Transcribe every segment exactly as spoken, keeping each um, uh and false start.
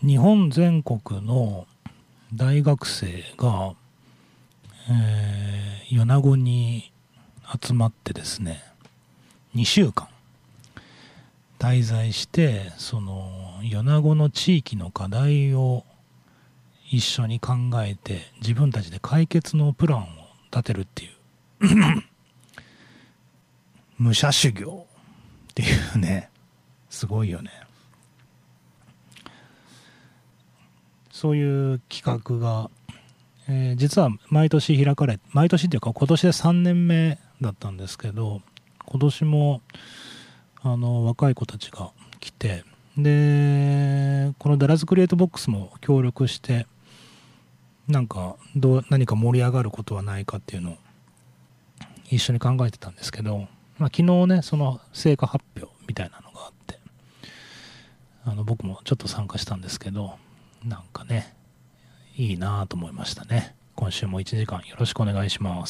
日本全国の大学生が、えー、米子に集まってですね、にしゅうかん滞在して、その米子の地域の課題を一緒に考えて自分たちで解決のプランを立てるっていう武者修行っていうね、すごいよね。そういう企画が、えー、実は毎年開かれ、毎年っていうか今年でさんねんめだったんですけど、今年もあの若い子たちが来て、でこのダラズクリエイトボックスも協力して、なんかどう何か盛り上がることはないかっていうのを一緒に考えてたんですけど、まあ、昨日ねその成果発表みたいなのがあって、あの僕もちょっと参加したんですけど、なんかねいいなと思いましたね。今週もいちじかんよろしくお願いします。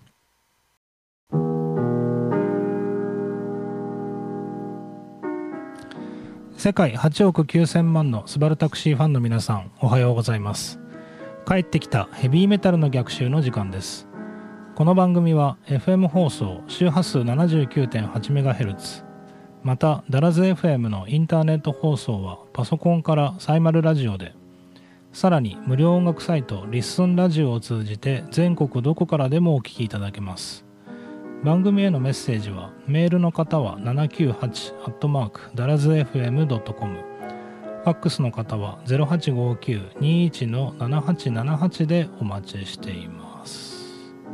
世界はちおくきゅうせんまんのスバルタクシーファンの皆さん、おはようございます。帰ってきたヘビーメタルの逆襲の時間です。この番組は エフエム 放送周波数 ななじゅうきゅうてんはちメガヘルツ、 またダラズ エフエム のインターネット放送はパソコンからサイマルラジオで、さらに無料音楽サイトリッスンラジオを通じて全国どこからでもお聞きいただけます。番組へのメッセージはメールの方は ななきゅうはち アットマーク ダラズエフエム ドットコム、 ファックスの方は ゼロはちごきゅう にいち の ななはちななはち でお待ちしています。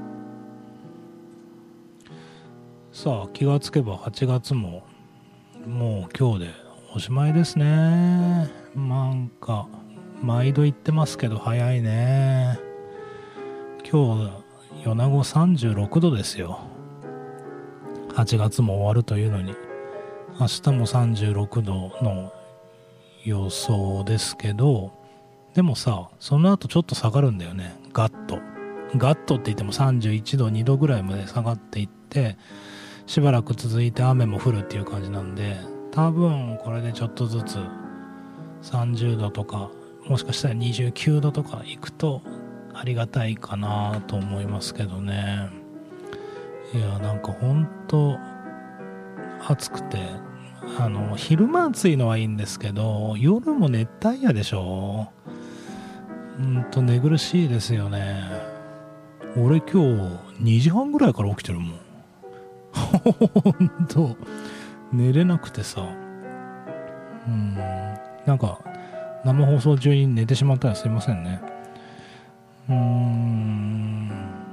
さあ気がつけばはちがつももう今日でおしまいですね。なんか毎度言ってますけど早いね。今日米子さんじゅうろくどですよ。はちがつも終わるというのに、明日もさんじゅうろくどの予想ですけど、でもさその後ちょっと下がるんだよね。ガッとガッとって言ってもさんじゅういちどにどぐらいまで下がっていって、しばらく続いて雨も降るっていう感じなんで、多分これでちょっとずつさんじゅうどとか、もしかしたらにじゅうきゅうどとかいくとありがたいかなと思いますけどね。いやなんかほんと暑くて、あの昼間暑いのはいいんですけど、夜も熱帯夜でしょ。うんと寝苦しいですよね。俺今日にじはんぐらいから起きてるもん。ほんと寝れなくてさ、うん、なんか生放送中に寝てしまったらすいませんね。うーん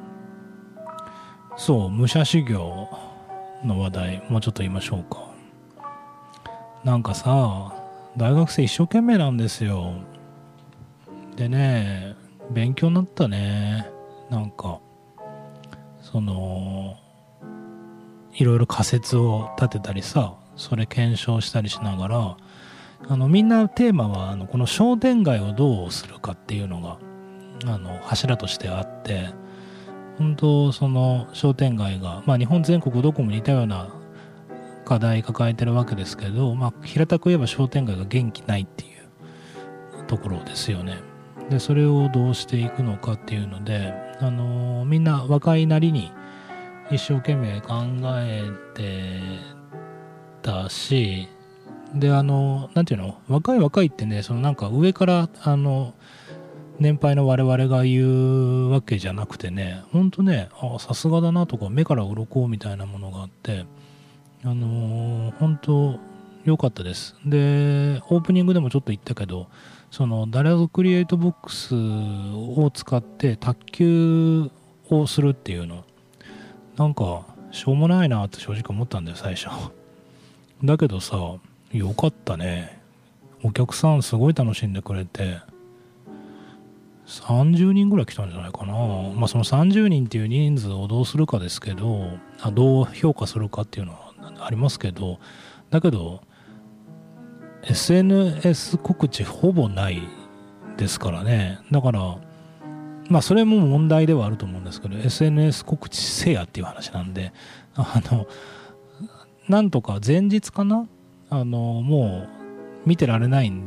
そう、武者修行の話題もうちょっと言いましょうか。なんかさ、大学生一生懸命なんですよ。でね、勉強になったね。なんかそのいろいろ仮説を立てたりさ、それ検証したりしながら、あのみんなテーマはあのこの商店街をどうするかっていうのがあの柱としてあって、本当その商店街が、まあ、日本全国どこも似たような課題抱えてるわけですけど、まあ、平たく言えば商店街が元気ないっていうところですよね。でそれをどうしていくのかっていうので、あのー、みんな若いなりに一生懸命考えてたし、であのなんていうの、若い若いってね、そのなんか上からあの年配の我々が言うわけじゃなくてね、ほんとね、あさすがだなとか目から鱗みたいなものがあって、あのー、本当良かったです。でオープニングでもちょっと言ったけど、そのダラズクリエイトボックスを使って卓球をするっていうの、なんかしょうもないなって正直思ったんだよ最初。だけどさ、よかったね。お客さんすごい楽しんでくれて、さんじゅうにんぐらい来たんじゃないかな。まあそのさんじゅうにんっていう人数をどうするかですけど、あどう評価するかっていうのはありますけど、だけど エスエヌエス 告知ほぼないですからね。だからまあそれも問題ではあると思うんですけど、 エスエヌエス 告知せやっていう話なんで、あのなんとか前日かな、あのもう見てられないんで、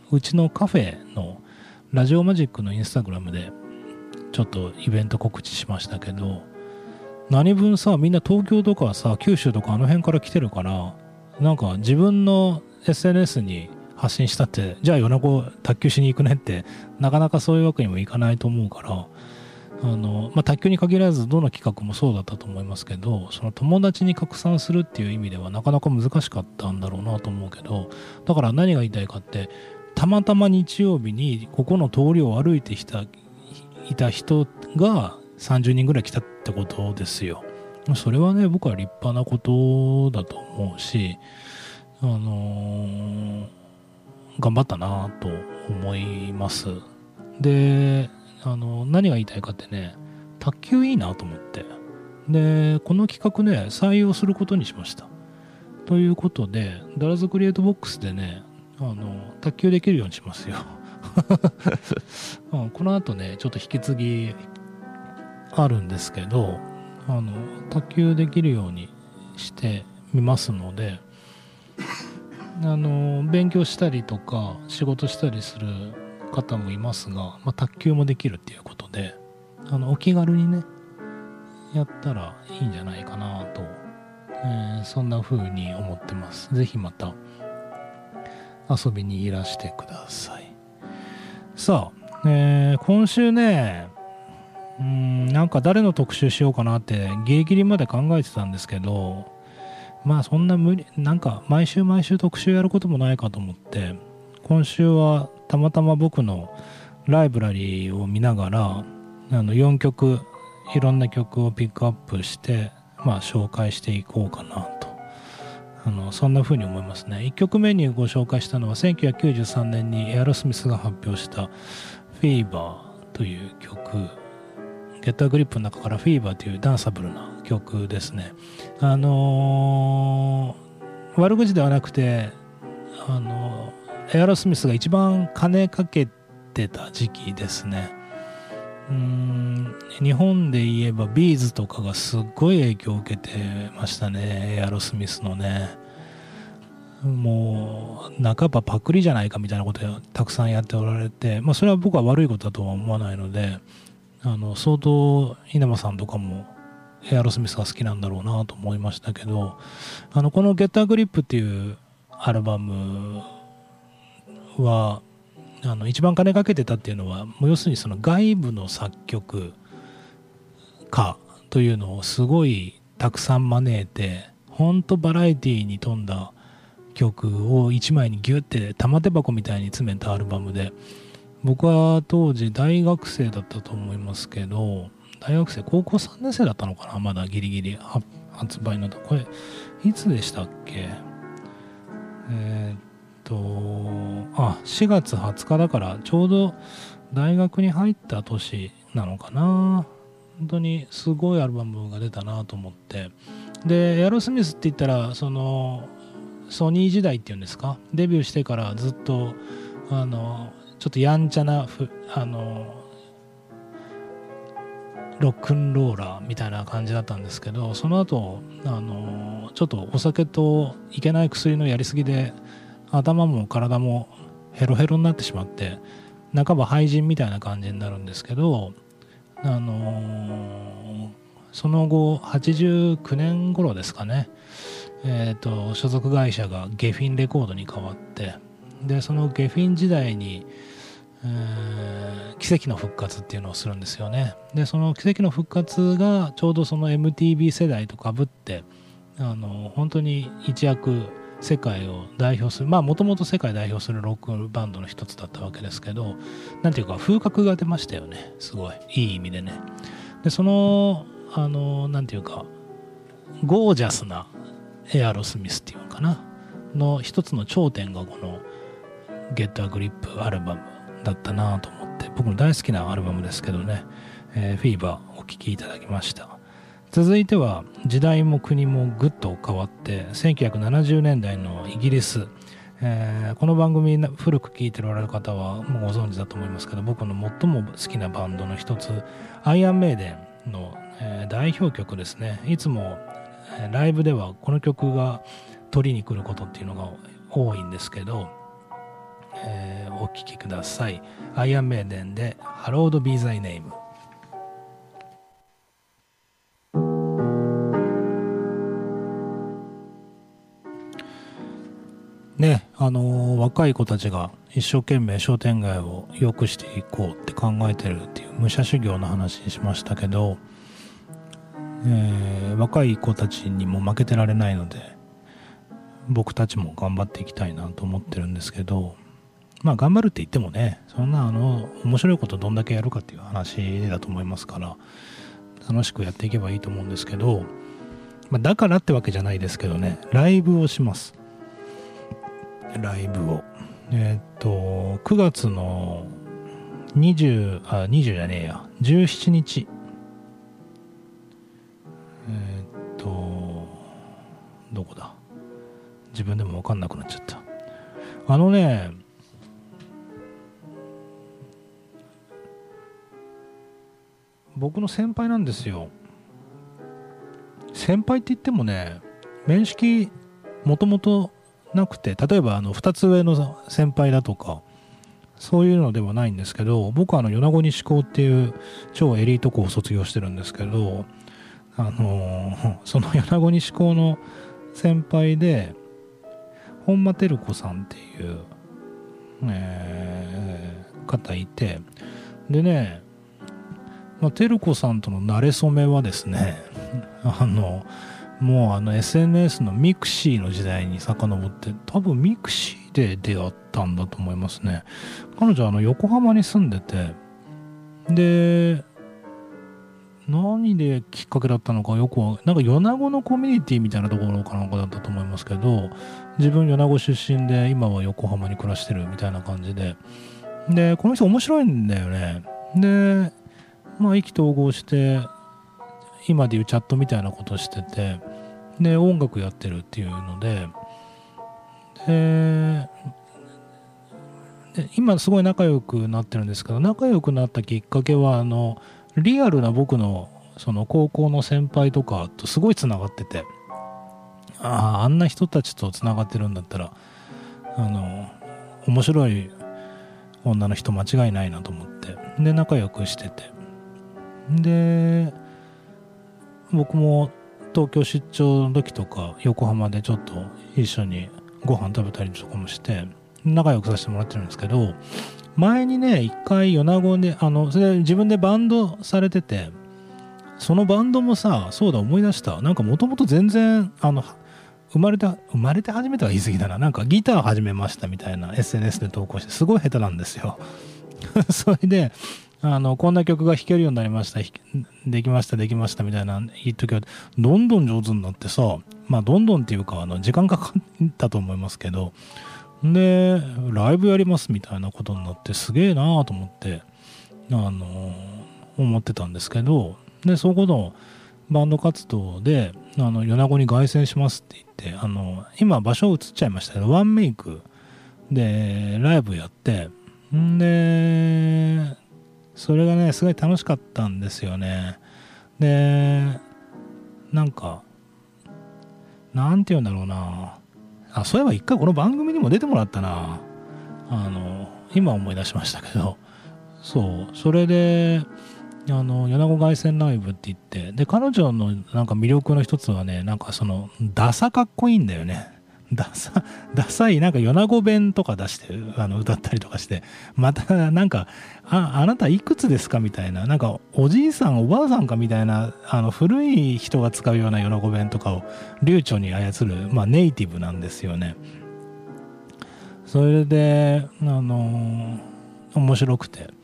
うちのカフェのラジオマジックのインスタグラムでちょっとイベント告知しましたけど、何分さ、みんな東京とかさ、九州とかあの辺から来てるから、なんか自分の エスエヌエス に発信したって、じゃあ米子卓球しに行くねって、なかなかそういうわけにもいかないと思うから、あの、まあ、卓球に限らずどの企画もそうだったと思いますけど、その友達に拡散するっていう意味ではなかなか難しかったんだろうなと思うけど、だから何が言いたいかって、たまたま日曜日にここの通りを歩いてきたいた人がさんじゅうにんぐらい来たってことですよ。それはね、僕は立派なことだと思うし、あのー、頑張ったなと思います。で、あの何が言いたいかってね、卓球いいなと思って、でこの企画ね採用することにしました。ということで、ダラズクリエイトボックスでね、あの卓球できるようにしますよ。うん、この後ねちょっと引き継ぎあるんですけど、あの卓球できるようにしてみますので、あの勉強したりとか仕事したりする方もいますが、まあ、卓球もできるっていうことで、あのお気軽にねやったらいいんじゃないかなと、えー、そんな風に思ってます。ぜひまた遊びにいらしてください。さあ、えー、今週ね、うーんなんか誰の特集しようかなってギリギリまで考えてたんですけど、まあそんな無理、なんか毎週毎週特集やることもないかと思って、今週はたまたま僕のライブラリーを見ながら、あのよんきょくいろんな曲をピックアップして、まあ、紹介していこうかなと、あのそんな風に思いますね。いっきょくめにご紹介したのはせんきゅうひゃくきゅうじゅうさんねんにエアロスミスが発表した「フィーバー」という曲、ゲッターグリップの中から「フィーバー」というダンサブルな曲ですね。あのー、悪口ではなくて、あのー、エアロスミスが一番金かけてた時期ですね。うーん日本で言えばビーズとかがすっごい影響を受けてましたね、エアロスミスのね。もう半ばパクリじゃないかみたいなことをたくさんやっておられて、まあそれは僕は悪いことだとは思わないので、あの相当稲葉さんとかもエアロスミスが好きなんだろうなと思いましたけど、あのこの「ゲッターグリップ」っていうアルバムはあの一番金かけてたっていうのは、もう要するにその外部の作曲家というのをすごいたくさん招いて、ほんとバラエティに富んだ曲を一枚にギュッて玉手箱みたいに詰めたアルバムで、僕は当時大学生だったと思いますけど、大学生高校さんねん生だったのかな、まだギリギリ発売のこれいつでしたっけ、えー、っとあしがつはつかだから、ちょうど大学に入った年なのかな。本当にすごいアルバムが出たなと思って、でエアロスミスって言ったらそのソニー時代っていうんですか、デビューしてからずっとあのちょっとやんちゃなふあのロックンローラーみたいな感じだったんですけど、その後あのちょっとお酒といけない薬のやりすぎで頭も体もヘロヘロになってしまって、半ば廃人みたいな感じになるんですけど、あのー、その後はちじゅうきゅうねん頃ですかね、えーと所属会社がゲフィンレコードに変わって、でそのゲフィン時代に、えー、奇跡の復活っていうのをするんですよね。でその奇跡の復活がちょうどその エムティービー 世代とかぶって、あの本当に一躍世界を代表する、まあもともと世界代表するロックバンドの一つだったわけですけど、なんていうか風格が出ましたよね、すごいいい意味でね。でそのあのなんていうかゴージャスなエアロスミスっていうのかなの一つの頂点がこのゲットアグリップアルバムだったなと思って、僕の大好きなアルバムですけどね、えー、フィーバーお聴きいただきました。続いては時代も国もぐっと変わってせんきゅうひゃくななじゅうねんだいのイギリス、えー、この番組古く聴いておられる方はもうご存知だと思いますけど、僕の最も好きなバンドの一つアイアンメイデンの、えー、代表曲ですね。いつも、えー、ライブではこの曲が取りに来ることっていうのが多いんですけど、えー、 聴きください。アイアンメイデンで Hallowed Be Thy Name。ね、あのー若い子たちが一生懸命商店街を良くしていこうって考えてるっていう武者修行の話しましたけど、えー若い子たちにも負けてられないので、僕たちも頑張っていきたいなと思ってるんですけど、まあ頑張るって言ってもね、そんなあの面白いことどんだけやるかっていう話だと思いますから、楽しくやっていけばいいと思うんですけど、まあ、だからってわけじゃないですけどね、ライブをします。ライブをえーっとくがつのにじゅうあにじゅうじゃねえやじゅうしちにち、えーっとどこだ、自分でも分かんなくなっちゃった。あのね、僕の先輩なんですよ。先輩って言ってもね、面識もともとなくて、例えばあのふたつ上の先輩だとかそういうのではないんですけど、僕はあの米子西高っていう超エリート校を卒業してるんですけど、あのーその米子西高の先輩で本間照子さんっていう、えー方いて、でね、まあ、照子さんとの馴れ初めはですねあのもうあの エスエヌエス のミクシーの時代に遡って、多分ミクシーで出会ったんだと思いますね。彼女はあの横浜に住んでて、で何できっかけだったのかよくは、なんか米子のコミュニティみたいなところかなんかだったと思いますけど、自分米子出身で今は横浜に暮らしてるみたいな感じで、でこの人面白いんだよね。でまあ意気投合して今でいうチャットみたいなことしてて、で音楽やってるっていうので、でで今すごい仲良くなってるんですけど、仲良くなったきっかけはあのリアルな僕のその高校の先輩とかとすごいつながってて、あああんな人たちとつながってるんだったらあの面白い女の人間違いないなと思って、で仲良くしてて、で僕も東京出張の時とか横浜でちょっと一緒にご飯食べたりとかもして仲良くさせてもらってるんですけど、前にね一回米子であのそれで自分でバンドされてて、そのバンドもさ、そうだ思い出した、なんかもともと全然あの生まれて生まれて初めては言い過ぎだな、なんかギター始めましたみたいな エスエヌエス で投稿して、すごい下手なんですよそれであのこんな曲が弾けるようになりました、できましたできましたみたいな言っときはどんどん上手になってさ、まあどんどんっていうかあの時間かかったと思いますけど、でライブやりますみたいなことになって、すげえなと思ってあの思ってたんですけど、でそこのバンド活動であの米子に凱旋しますって言って、あの今場所移っちゃいましたけどワンメイクでライブやって、んでそれがねすごい楽しかったんですよね。でなんかなんて言うんだろうなあ、そういえば一回この番組にも出てもらったな、あの今思い出しましたけど、そうそれであの米子凱旋ライブって言って、で彼女のなんか魅力の一つはね、なんかそのダサかっこいいんだよね。ダサダサいなんか米子弁とか出してあの歌ったりとかして、またなんか あ, あなたいくつですかみたいな、なんかおじいさんおばあさんかみたいな、あの古い人が使うような米子弁とかを流暢に操る、まあ、ネイティブなんですよね。それであのー面白くて、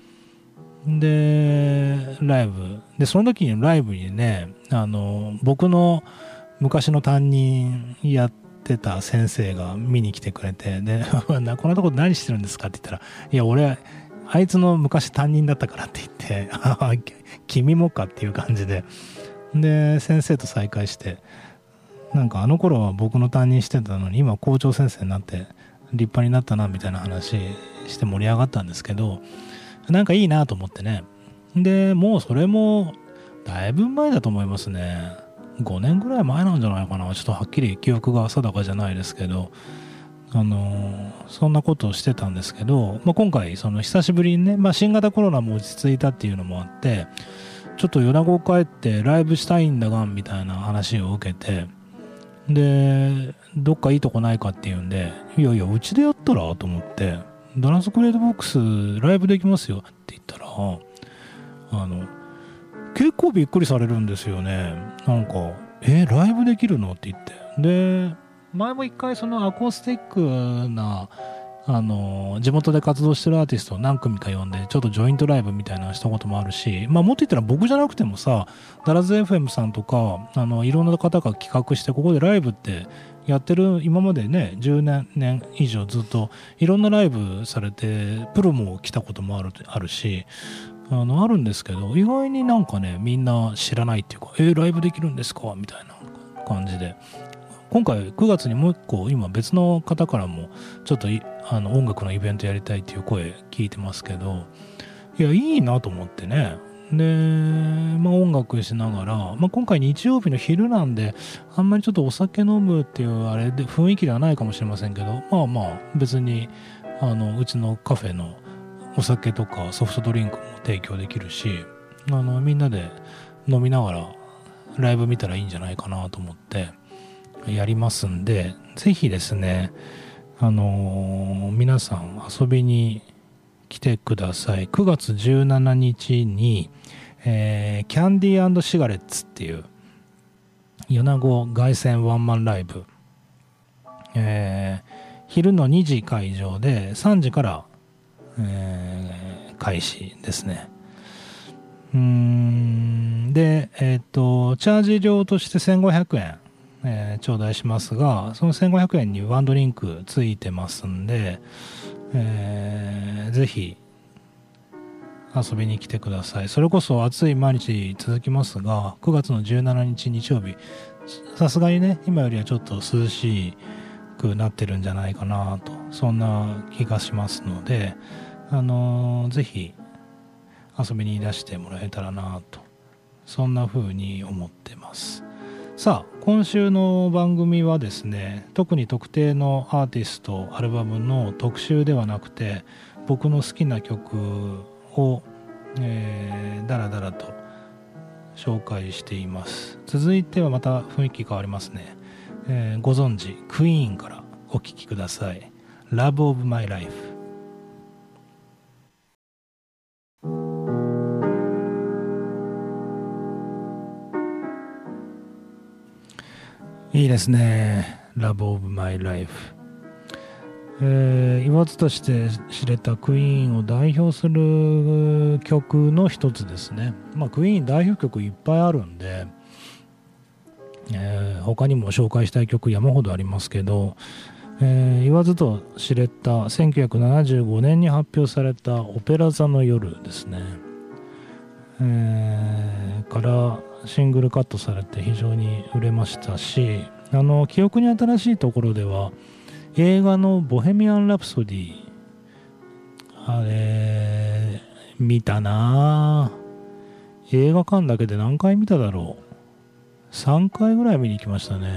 でライブでその時にライブにね、あの僕の昔の担任やってた先生が見に来てくれて、でこんなとこ何してるんですかって言ったら、いや俺あいつの昔担任だったからって言ってあ君もかっていう感じで、で先生と再会して、なんかあの頃は僕の担任してたのに今校長先生になって立派になったなみたいな話して盛り上がったんですけど、なんかいいなと思ってね。でもうそれもだいぶ前だと思いますね。ごねんぐらい前なんじゃないかな、ちょっとはっきり記憶が定かじゃないですけど、 あのそんなことをしてたんですけど、まあ、今回その久しぶりにね、まあ、新型コロナも落ち着いたっていうのもあってちょっと米子帰ってライブしたいんだがんみたいな話を受けて、でどっかいいとこないかっていうんで、いやいやうちでやったらと思って、ダランスクレートボックスライブできますよって言ったら、あの結構びっくりされるんですよね。なんかえライブできるのって言って、で前も一回そのアコースティックなあの地元で活動してるアーティストを何組か呼んでちょっとジョイントライブみたいなのしたこともあるし、まあもっと言ったら僕じゃなくてもさ、ダラズ エフエム さんとかあのいろんな方が企画してここでライブってやってる、今までねじゅうねん以上ずっといろんなライブされてプロも来たこともあるあるし、あのあるんですけど、意外になんかねみんな知らないっていうか、えー、ライブできるんですかみたいな感じで、今回くがつにもう一個今別の方からもちょっとあの音楽のイベントやりたいっていう声聞いてますけど、いやいいなと思ってね。で、まあ、音楽しながら、まあ、今回日曜日の昼なんであんまりちょっとお酒飲むっていうあれで雰囲気ではないかもしれませんけど、まあまあ別にあのうちのカフェのお酒とかソフトドリンクも提供できるし、あのみんなで飲みながらライブ見たらいいんじゃないかなと思ってやりますんで、ぜひですね、あのー、皆さん遊びに来てください。くがつじゅうしちにちに、えー、キャンディー&シガレッツっていう米子凱旋ワンマンライブ、えー、昼のにじ会場でさんじから、えー、開始ですね。うーんで、えっとチャージ料としてせんごひゃくえん、えー、頂戴しますが、そのせんごひゃくえんにワンドリンクついてますんで、えー、ぜひ遊びに来てください。それこそ暑い毎日続きますが、くがつのじゅうしちにち日曜日、さすがにね今よりはちょっと涼しくなってるんじゃないかなと、そんな気がしますので、あのー、ぜひ遊びにいらしてもらえたらなと、そんな風に思ってます。さあ今週の番組はですね、特に特定のアーティストアルバムの特集ではなくて、僕の好きな曲を、えー、だらだらと紹介しています。続いてはまた雰囲気変わりますね、えー、ご存知クイーンからお聴きください。 Love of My Life。いいですね、 Love of My Life。えー、言わずとして知れたクイーンを代表する曲の一つですね。まあクイーン代表曲いっぱいあるんで、えー、他にも紹介したい曲山ほどありますけど、えー、言わずと知れたせんきゅうひゃくななじゅうごねんに発表されたオペラ座の夜ですね、えー、からシングルカットされて非常に売れましたし、あの記憶に新しいところでは映画のボヘミアン・ラプソディ、あれ見たなぁ。映画館だけで何回見ただろう。さんかいぐらい見に行きましたね。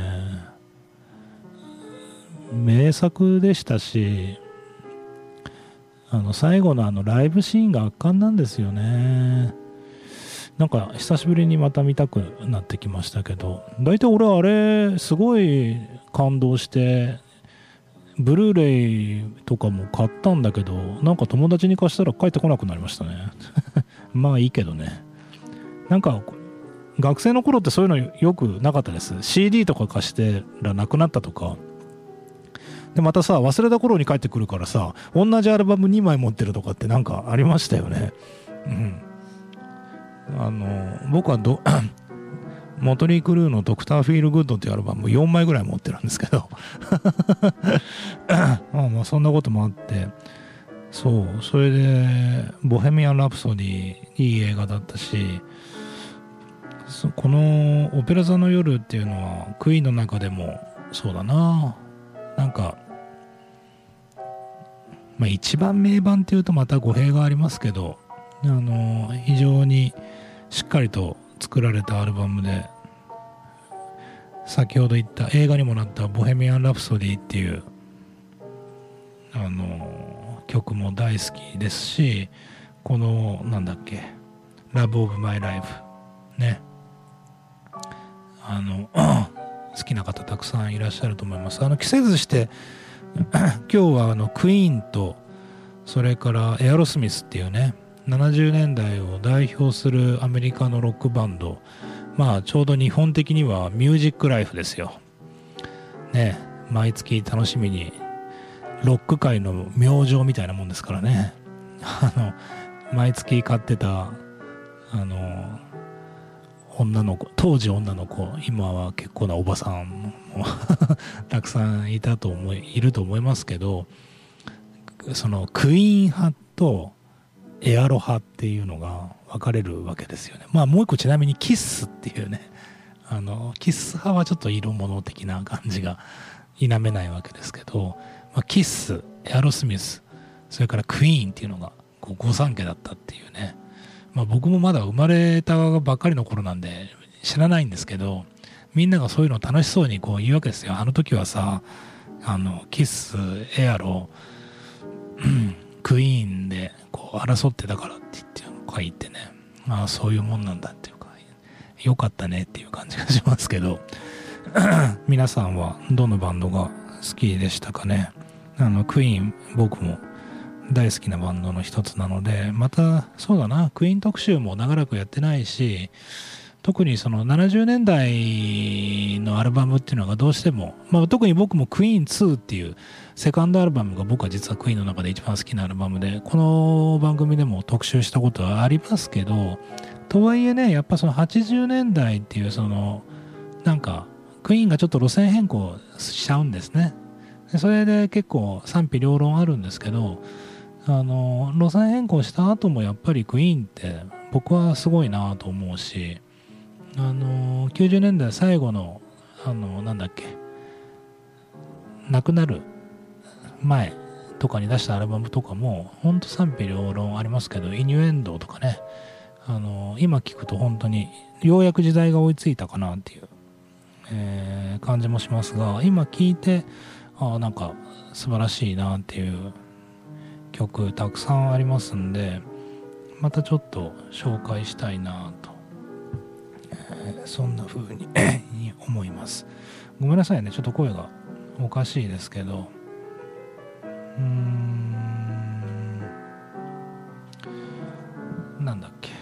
名作でしたし、あの最後のあのライブシーンが圧巻なんですよね。なんか久しぶりにまた見たくなってきましたけど、大体俺はあれすごい感動してブルーレイとかも買ったんだけど、なんか友達に貸したら帰ってこなくなりましたねまあいいけどね。なんか学生の頃ってそういうのよくなかったです。 シーディー とか貸してらなくなったとかで、またさ忘れた頃に帰ってくるからさ、同じアルバムにまい持ってるとかってなんかありましたよね。うん、あの僕はどモトリー・クルーのドクター・フィール・グッドっていうアルバムよんまいぐらい持ってるんですけどまあまあそんなこともあって、そうそれでボヘミアン・ラプソディいい映画だったし、このオペラ座の夜っていうのはクイーンの中でもそうだな、なんかまあ一番名盤っていうとまた語弊がありますけど、あの非常にしっかりと作られたアルバムで、先ほど言った映画にもなったボヘミアン・ラプソディっていうあの曲も大好きですし、このなんだっけラブオブマイライフね、あの好きな方たくさんいらっしゃると思います。あの季節して今日はあのクイーンとそれからエアロスミスっていうねななじゅうねんだいを代表するアメリカのロックバンド、まあちょうど日本的にはミュージックライフですよね。毎月楽しみにロック界の明星みたいなもんですからね。あの毎月買ってたあの女の子、当時女の子、今は結構なおばさんもたくさんいたと思いいると思いますけど、そのクイーン派とエアロ派っていうのが分かれるわけですよね。まあもう一個ちなみにキッスっていうね、あのキッス派はちょっと色物的な感じが否めないわけですけど、まあ、キッス、エアロスミス、それからクイーンっていうのがこう御三家だったっていうね。まあ僕もまだ生まれたばっかりの頃なんで知らないんですけど、みんながそういうのを楽しそうにこう言うわけですよ。あの時はさ、あのキッス、エアロ、クイーンでこう争ってたからって言って書いてね、まあそういうもんなんだっていうか、よかったねっていう感じがしますけど皆さんはどのバンドが好きでしたかね。あのクイーン僕も大好きなバンドの一つなので、またそうだな、クイーン特集も長らくやってないし、特にそのななじゅうねんだいのアルバムっていうのがどうしても、まあ、特に僕もクイーンツーっていうセカンドアルバムが僕は実はクイーンの中で一番好きなアルバムで、この番組でも特集したことはありますけど、とはいえね、やっぱそのはちじゅうねんだいっていうそのなんかクイーンがちょっと路線変更しちゃうんですね。でそれで結構賛否両論あるんですけど、あの路線変更した後もやっぱりクイーンって僕はすごいなと思うし、あのきゅうじゅうねんだい最後のあのなんだっけ亡くなる前とかに出したアルバムとかも本当賛否両論ありますけど、イニュエンドとかね、あの今聞くと本当にようやく時代が追いついたかなっていう、えー、感じもしますが、今聞いてあなんか素晴らしいなっていう曲たくさんありますんで、またちょっと紹介したいなと、えー、そんな風に思います。ごめんなさいね、ちょっと声がおかしいですけど、うーんなんだっけ、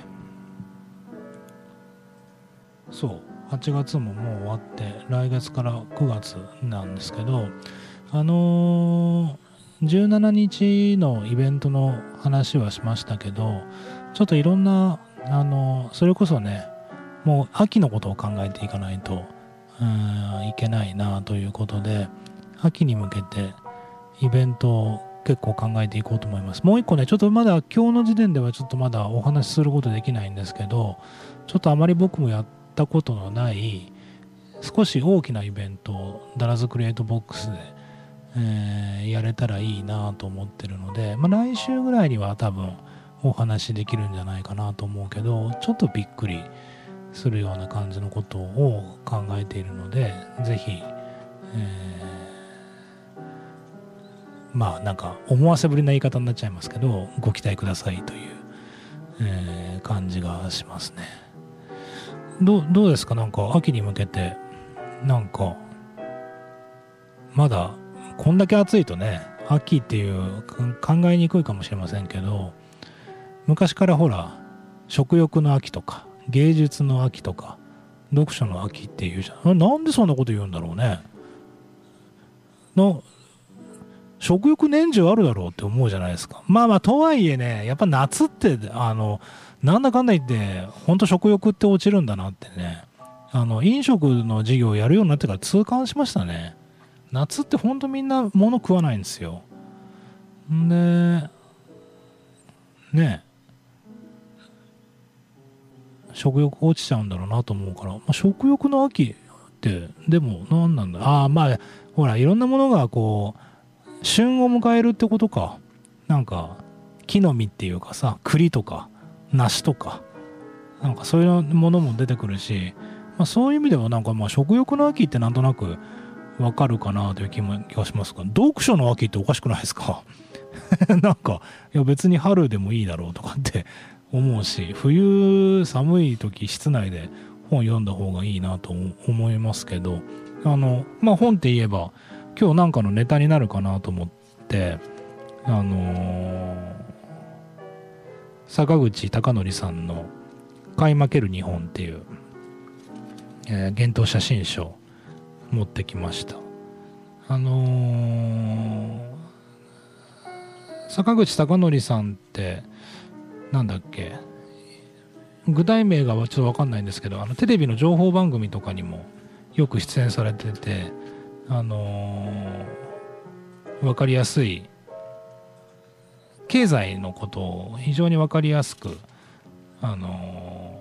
そうはちがつももう終わって来月からくがつなんですけど、あのー、じゅうしちにちのイベントの話はしましたけど、ちょっといろんな、あのー、それこそね、もう秋のことを考えていかないとうんいけないなということで、秋に向けてイベントを結構考えていこうと思います。もう一個ね、ちょっとまだ今日の時点ではちょっとまだお話しすることできないんですけど、ちょっとあまり僕もやったことのない少し大きなイベントをダラズクリエイトボックスで、えー、やれたらいいなと思ってるので、まあ、来週ぐらいには多分お話できるんじゃないかなと思うけど、ちょっとびっくりするような感じのことを考えているので、ぜひ、えー、まあなんか思わせぶりな言い方になっちゃいますけど、ご期待くださいという、えー、感じがしますね。どう、どうですか、なんか秋に向けてなんかまだこんだけ暑いとね、秋っていう考えにくいかもしれませんけど、昔からほら食欲の秋とか芸術の秋とか読書の秋っていうじゃん。なんでそんなこと言うんだろうね。の食欲年中あるだろうって思うじゃないですか。まあまあとはいえね、やっぱ夏ってあのなんだかんだ言って本当食欲って落ちるんだなってね、あの飲食の授業をやるようになってから痛感しましたね。夏って本当みんな物食わないんですよ。んでね食欲落ちちゃうんだろうなと思うから、まあ、食欲の秋ってでも何なんだ、ああまあほらいろんなものがこう旬を迎えるってことか。なんか木の実っていうかさ、栗とか梨とかなんかそういうものも出てくるし、まあ、そういう意味ではなんかまあ食欲の秋ってなんとなくわかるかなという気も気がしますが、読書の秋っておかしくないですか？なんか、いや別に春でもいいだろうとかって思うし、冬寒い時室内で本読んだ方がいいなと思いますけど、あの、まあ、本って言えば、今日なんかのネタになるかなと思って、あのー、坂口孝則さんの買い負ける日本っていう、えー、幻冬写真書持ってきました。あのー、坂口孝則さんってなんだっけ、具体名がちょっと分かんないんですけど、あのテレビの情報番組とかにもよく出演されてて、あのー、分かりやすい経済のことを非常に分かりやすく、あの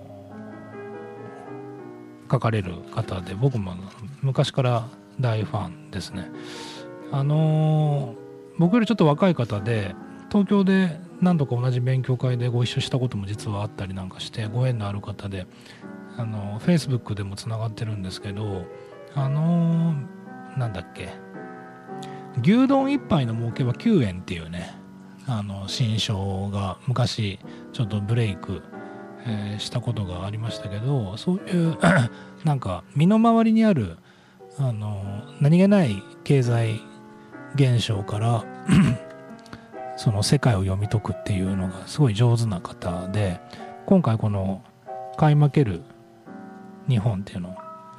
ー、書かれる方で、僕も昔から大ファンですね。あのー、僕よりちょっと若い方で東京で何度か同じ勉強会でご一緒したことも実はあったりなんかしてご縁のある方で、あの Facebook でもつながってるんですけど、あのー、なんだっけ、牛丼一杯の儲けはきゅうえんっていうね、あの新書が昔ちょっとブレイク、えー、したことがありましたけど、そういうなんか身の回りにあるあの何気ない経済現象からその世界を読み解くっていうのがすごい上手な方で、今回この買い負ける日本っていうの、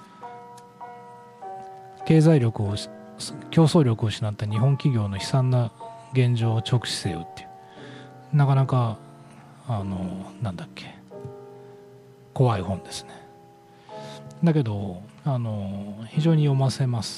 経済力を競争力を失った日本企業の悲惨な現状を直視せよっていう、なかなかあのなんだっけ、怖い本ですね。だけどあの非常に読ませます。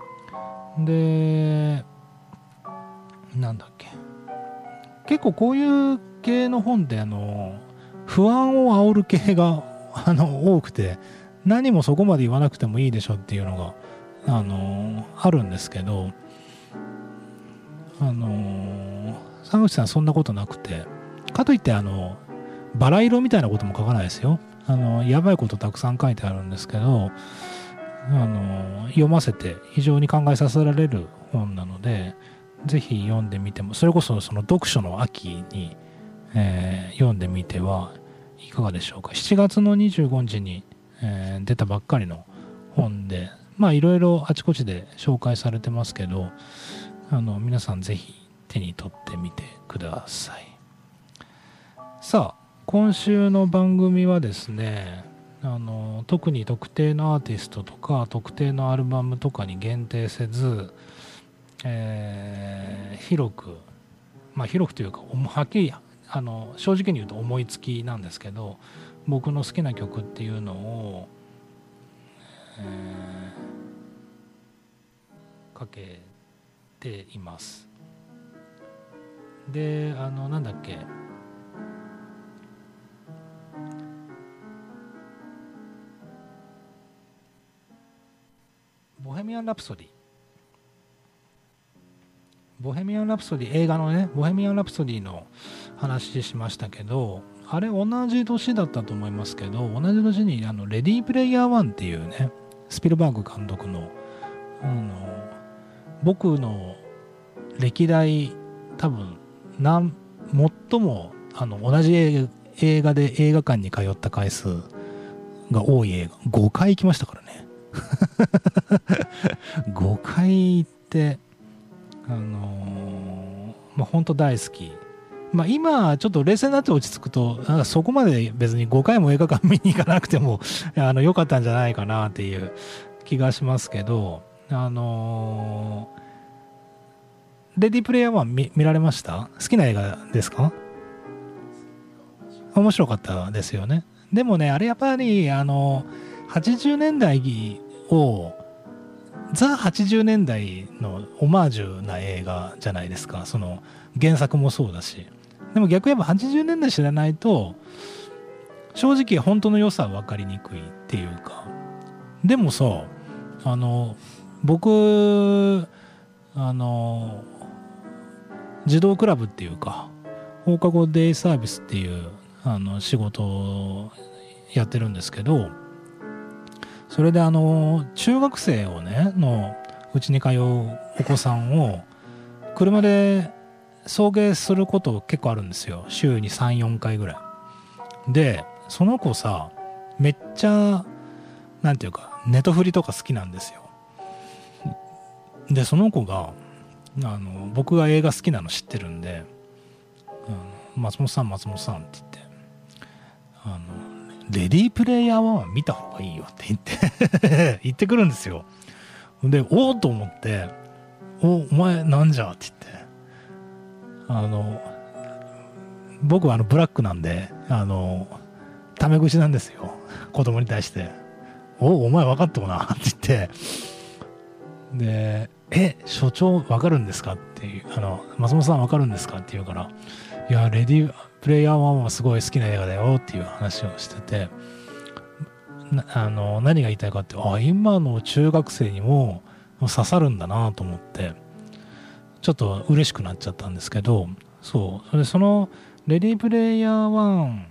でなんだっけ、結構こういう系の本ってあの不安を煽る系があの多くて、何もそこまで言わなくてもいいでしょっていうのがあのあるんですけど、あの坂口さんそんなことなくて、かといってあのバラ色みたいなことも書かないですよ。あのやばいことたくさん書いてあるんですけど、あの読ませて非常に考えさせられる本なので、ぜひ読んでみても、それこそその読書の秋に、えー、読んでみてはいかがでしょうか。しちがつのにじゅうごにちに、えー、出たばっかりの本で、まあいろいろあちこちで紹介されてますけど、あの皆さんぜひ手に取ってみてください。さあ、今週の番組はですね、あの特に特定のアーティストとか特定のアルバムとかに限定せず、えー、広く、まあ広くというかはっきりあの正直に言うと思いつきなんですけど、僕の好きな曲っていうのを、えー、かけています。で、あのなんだっけ、ボヘミアン・ラプソディボヘミアン・ラプソディ映画のね、ボヘミアン・ラプソディの話しましたけど、あれ同じ年だったと思いますけど、同じ年にあのレディープレイヤーワンっていうね、スピルバーグ監督の、あの僕の歴代多分なん最もあの同じ映画で映画館に通った回数が多い映画ごかい行きましたからね。ごかい行って、あのー、まあ本当大好き。まあ今ちょっと冷静になって落ち着くと、なんかそこまで別にごかいも映画館見に行かなくてもあの良かったんじゃないかなっていう気がしますけど、あのー、レディープレイヤーワン 見, 見られました？好きな映画ですか？面白かったですよね。でもね、あれやっぱりあのはちじゅうねんだいをザはちじゅうねんだいのオマージュな映画じゃないですか。その原作もそうだし。でも逆にやっぱはちじゅうねんだい知らないと正直本当の良さは分かりにくいっていうか。でもさ、あの僕あの児童クラブっていうか放課後デイサービスっていうあの仕事をやってるんですけど、それであの中学生をねのうちに通うお子さんを車で送迎すること結構あるんですよ。週にさん、よんかいぐらい。で、その子さ、めっちゃ、なんていうか、ネトフリとか好きなんですよ。で、その子が、あの、僕が映画好きなの知ってるんで、うん、松本さん、松本さんって言って、あの、レディープレイヤーワンは見た方がいいよって言って言ってくるんですよ。で、おおと思って、お、お前なんじゃって言って、あの、僕はあのブラックなんで、あの、タメ口なんですよ。子供に対して。お、お前分かっとうなって言って、で、え、所長分かるんですかっていう、あの、松本さん分かるんですかって言うから、いや、レディープレイヤーワンはすごい好きな映画だよっていう話をしてて、あの、何が言いたいかって、あ、今の中学生にも刺さるんだなと思って、ちょっと嬉しくなっちゃったんですけど、そう、それその、レディープレイヤーワン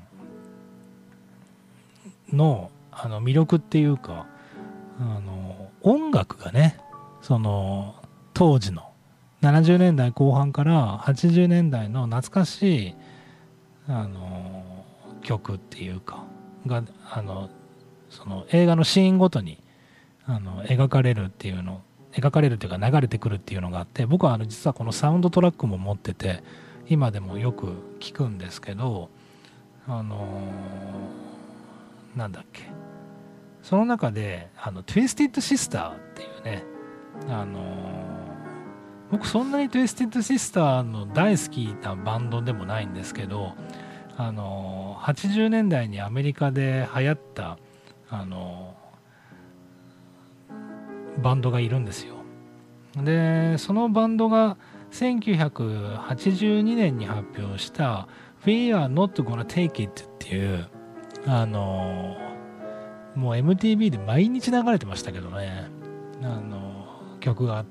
の、あの魅力っていうか、あの、音楽がね、その、当時の、ななじゅうねんだいこう半からはちじゅうねんだいの懐かしい、あの、曲っていうか、が、あの、その映画のシーンごとに、あの、描かれるっていうの、描かれるっていうか流れてくるっていうのがあって、僕はあの実はこのサウンドトラックも持ってて、今でもよく聞くんですけど、あのーなんだっけ、その中であの Twisted Sister っていうね、あのー僕そんなに Twisted Sister の大好きなバンドでもないんですけど、あのーはちじゅうねんだいにアメリカで流行ったあのーバンドがいるんですよ。でそのバンドがせんきゅうひゃくはちじゅうにねんに発表した「We are not gonna take it」っていうあのもう エムティービー で毎日流れてましたけどね、あの曲があって、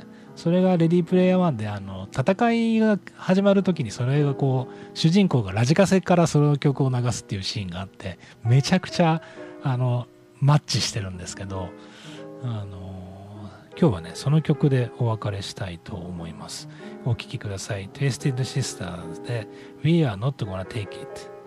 それがレディープレイヤーワンで、あの戦いが始まる時にそれがこう主人公がラジカセからその曲を流すっていうシーンがあって、めちゃくちゃあのマッチしてるんですけど、あの今日はねその曲でお別れしたいと思います。お聴きください。Twisted Sisters で We are not gonna take it。